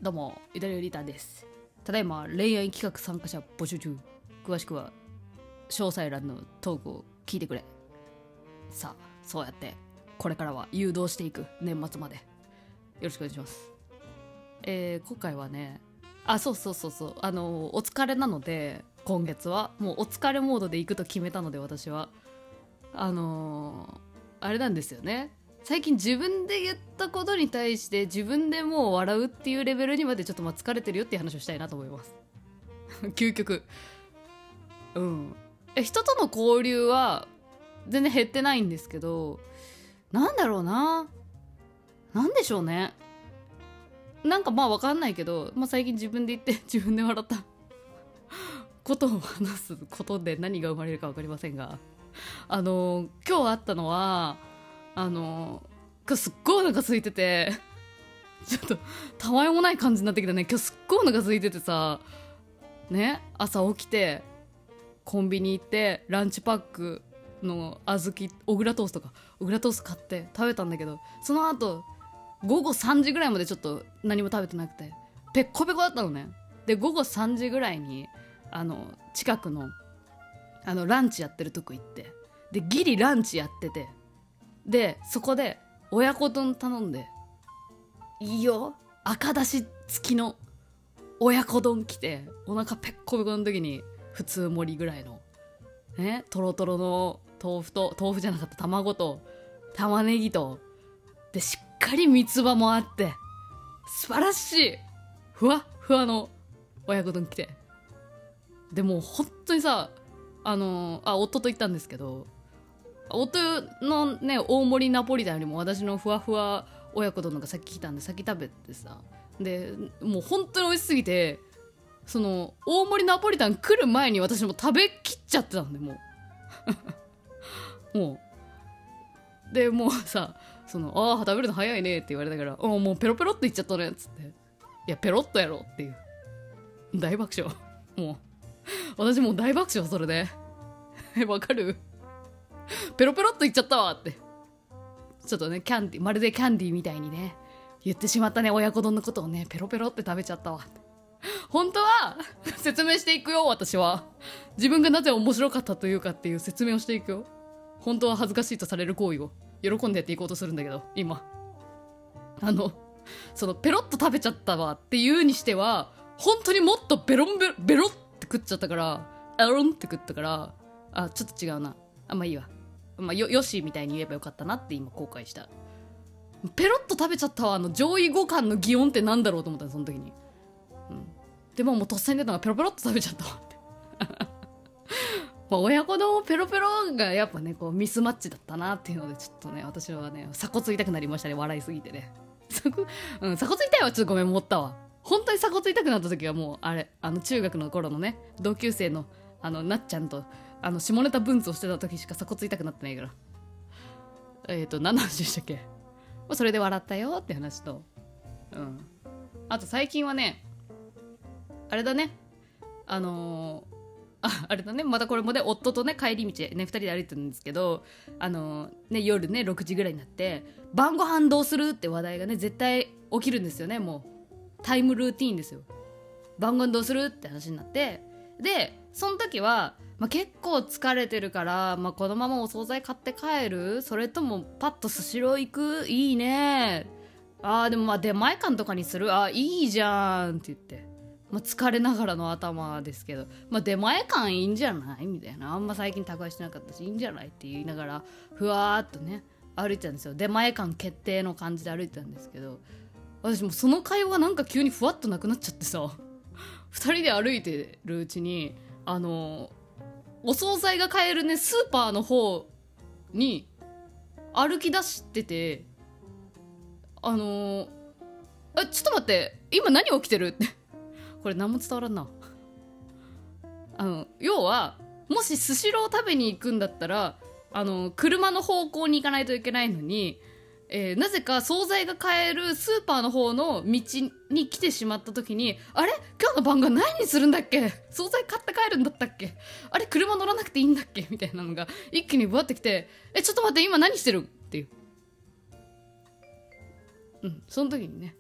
どうもイタリアリーターです。ただいま恋愛企画参加者募集中。詳しくは詳細欄のトークを聞いてくれ。さあ、そうやってこれからは誘導していく。年末までよろしくお願いします。今回はね、お疲れなので、今月はもうお疲れモードで行くと決めたので、私はあれなんですよね。最近自分で言ったことに対して自分でもう笑うっていうレベルにまでちょっと疲れてるよっていう話をしたいなと思います究極。人との交流は全然減ってないんですけど、なんだろうな、なんでしょうね。なんかまあ分かんないけど、最近自分で言って自分で笑ったことを話すことで何が生まれるか分かりませんが、今日あったのはすっごいお腹空いてて、ちょっとたわいもない感じになってきたね。今日すっごいお腹空いててさね、朝起きてコンビニ行ってランチパックの小倉トースト買って食べたんだけど、その後午後3時ぐらいまでちょっと何も食べてなくてペッコペコだったのね。で午後3時ぐらいに近くのランチやってるとこ行って、でギリランチやってて、でそこで親子丼頼んで、いいよ赤だし付きの親子丼来て、お腹ペッコペコの時に普通盛りぐらいのね、トロトロの豆腐じゃなかった卵と玉ねぎとで、しっかり三つ葉もあって素晴らしいふわっふわの親子丼来て、でもう本当にさ、夫と行ったんですけど、夫のね大盛りナポリタンよりも私のふわふわ親子丼のが先来たんで先食べてさ、でもう本当に美味しすぎて、その大盛りナポリタン来る前に私も食べきっちゃってたんで、もうもうでもうさ、食べるの早いねって言われたから、もうペロペロっていっちゃったねっつって、いやペロッとやろっていう大爆笑。もう私もう大爆笑。それでわかる、ペロペロっといっちゃったわって、ちょっとねまるでキャンディーみたいにね言ってしまったね、親子丼のことをねペロペロって食べちゃったわって。本当は説明していくよ。私は自分がなぜ面白かったというかっていう説明をしていくよ。本当は恥ずかしいとされる行為を喜んでやっていこうとするんだけど、今そのペロッと食べちゃったわっていうにしては、本当にもっとベロって食っちゃったから、エロンって食ったから、ちょっと違うな、まあいいわ、よしみたいに言えばよかったなって今後悔した。ペロッと食べちゃったわ上位互換の擬音ってなんだろうと思ったのその時に、でもうとっさに出たのがペロペロっと食べちゃったわって親子丼ペロペロがやっぱねこうミスマッチだったなっていうので、ちょっとね私はね鎖骨痛くなりましたね、笑いすぎてね鎖骨痛いはちょっとごめん、持ったわ。本当に鎖骨痛くなった時はもう中学の頃のね同級生のなっちゃんと下ネタ文通をしてた時しか鎖骨痛くなってないから。何の話でしたっけ。それで笑ったよって話と、あと最近はねあれだね、あれだね、またこれもね夫とね帰り道ね2人で歩いてるんですけど、夜ね6時ぐらいになって晩ご飯どうするって話題がね絶対起きるんですよね。もうタイムルーティーンですよ。晩ご飯どうするって話になって、でその時は、結構疲れてるから、このままお惣菜買って帰る、それともパッとスシロー行く、いいね、でも出前館とかにする、いいじゃんって言って、疲れながらの頭ですけど、出前館いいんじゃないみたいな、あんま最近宅配してなかったしいいんじゃないって言いながらふわーっとね歩いてたんですよ。出前館決定の感じで歩いてたんですけど、私もその会話なんか急にふわっとなくなっちゃってさ、2人で歩いてるうちにお惣菜が買えるねスーパーの方に歩き出してて、ちょっと待って今何起きてるってこれ何も伝わらんな。要はもしスシロー食べに行くんだったら車の方向に行かないといけないのに、なぜか惣菜が買えるスーパーの方の道に来てしまった時に、あれ今日の晩ご飯何にするんだっけ、惣菜買って帰るんだったっけ、あれ車乗らなくていいんだっけみたいなのが一気にぶわってきて、ちょっと待って今何してるっていう、その時にね、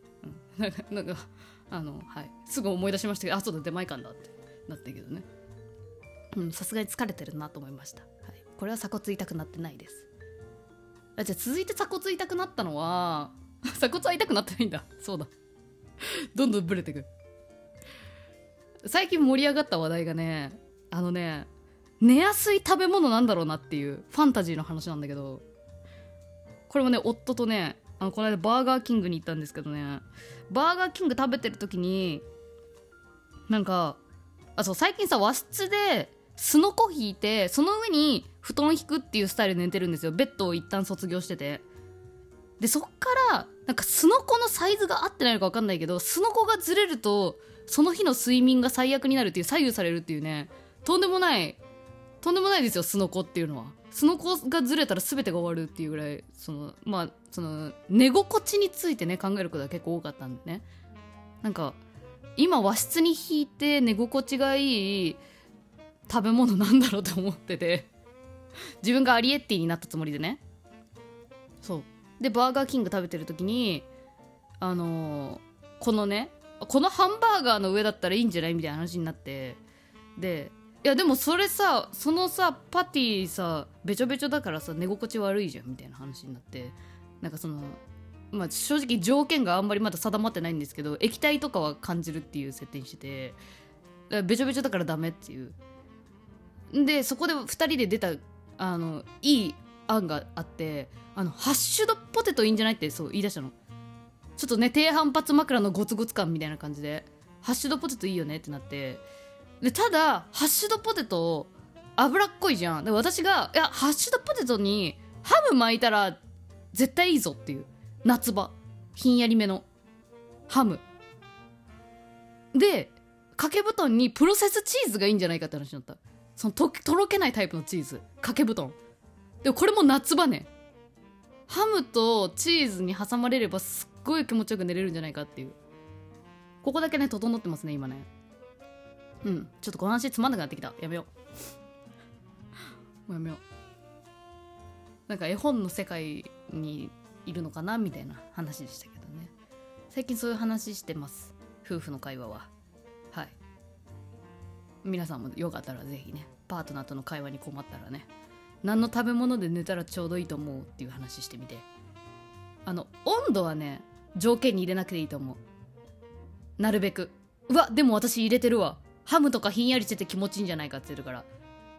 なんかはい、すぐ思い出しましたけど、あ、そうだ、出前館だってなってるけどね。さすがに疲れてるなと思いました。はい、これは鎖骨痛くなってないです。じゃあ続いて鎖骨痛くなったのは鎖骨は痛くなってないんだ。そうだどんどんブレてく。最近盛り上がった話題がね、寝やすい食べ物なんだろうなっていうファンタジーの話なんだけど、これもね、夫とね、この間バーガーキングに行ったんですけどね、バーガーキング食べてる時になんか、そう、最近さ、和室ですのこ引いて、その上に布団引くっていうスタイルで寝てるんですよ。ベッドを一旦卒業してて、でそっからなんかすのこのサイズが合ってないのか分かんないけど、すのこがずれるとその日の睡眠が最悪になるっていう、左右されるっていうね、とんでもないですよ、すのこっていうのは。すのこがずれたら全てが終わるっていうぐらい、その寝心地についてね考えることが結構多かったんでね。なんか今和室に引いて寝心地がいい食べ物なんだろうと思ってて、自分がアリエッティになったつもりでね。そうでバーガーキング食べてる時にこのハンバーガーの上だったらいいんじゃないみたいな話になって、でいやでもそれさ、そのさパティさべちょべちょだからさ寝心地悪いじゃんみたいな話になって、なんか正直条件があんまりまだ定まってないんですけど、液体とかは感じるっていう設定にしてて、べちょべちょだからダメっていう。でそこで2人で出たいい案があって、ハッシュドポテトいいんじゃないってそう言い出したの。ちょっとね低反発枕のゴツゴツ感みたいな感じで、ハッシュドポテトいいよねってなって、でただハッシュドポテト脂っこいじゃん。で私が、いやハッシュドポテトにハム巻いたら絶対いいぞっていう、夏場ひんやりめのハムで、掛け布団にプロセスチーズがいいんじゃないかって話になった。そのとろけないタイプのチーズ、掛け布団でもこれも夏場ね、ハムとチーズに挟まれればすっごい気持ちよく寝れるんじゃないかっていう。ここだけね整ってますね今ね。ちょっとこの話つまんなくなってきた。やめようもうやめよう。なんか絵本の世界にいるのかなみたいな話でしたけどね。最近そういう話してます、夫婦の会話は。はい、皆さんもよかったらぜひね、パートナーとの会話に困ったらね、何の食べ物で寝たらちょうどいいと思うっていう話してみて。温度はね条件に入れなくていいと思う、なるべく。うわでも私入れてるわ、ハムとかひんやりしてて気持ちいいんじゃないかって言ってるから。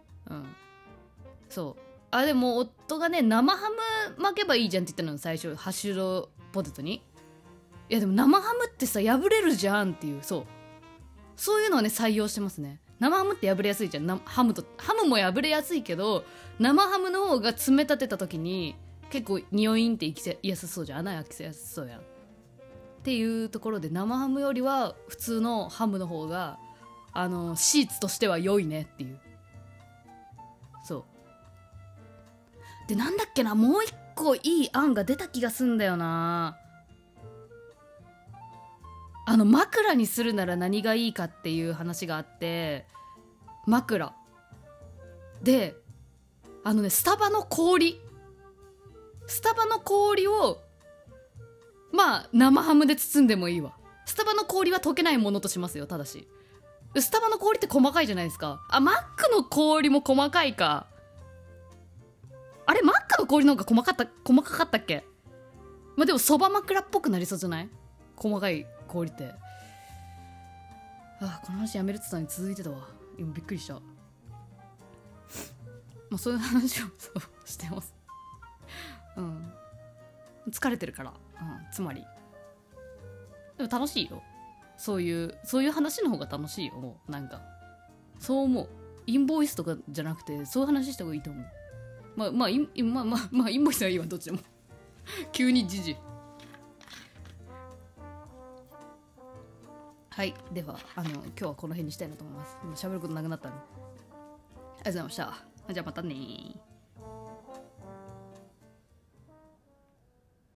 そうでも夫がね、生ハム巻けばいいじゃんって言ったの最初、ハッシュドポテトに。いやでも生ハムってさ破れるじゃんっていう、そういうのはね採用してますね。生ハムって破れやすいじゃん。ハムも破れやすいけど、生ハムの方が爪立てた時に結構匂いんっていきやすそうじゃん、穴開きやすそうやんっていうところで、生ハムよりは普通のハムの方がシーツとしては良いねっていう。そうで、なんだっけな、もう一個いい案が出た気がすんだよな。枕にするなら何がいいかっていう話があって、枕でスタバの氷を生ハムで包んでもいいわ。スタバの氷は溶けないものとしますよ。ただしスタバの氷って細かいじゃないですか。マックの氷も細かいか。あれマックの氷の方が細かかったっけ。でもそば枕っぽくなりそうじゃない、細かい氷って。この話やめるって言ったのに続いてたわ、今びっくりした。そういう話をしてます。疲れてるから、つまり。でも楽しいよ、そういう話の方が楽しいよ。もうなんかそう思う。インボイスとかじゃなくてそういう話した方がいいと思う。インボイスはいいわ、どっちでも急に時事。はい、では今日はこの辺にしたいなと思います。もう喋ることなくなったんで。ありがとうございました。じゃあまたね。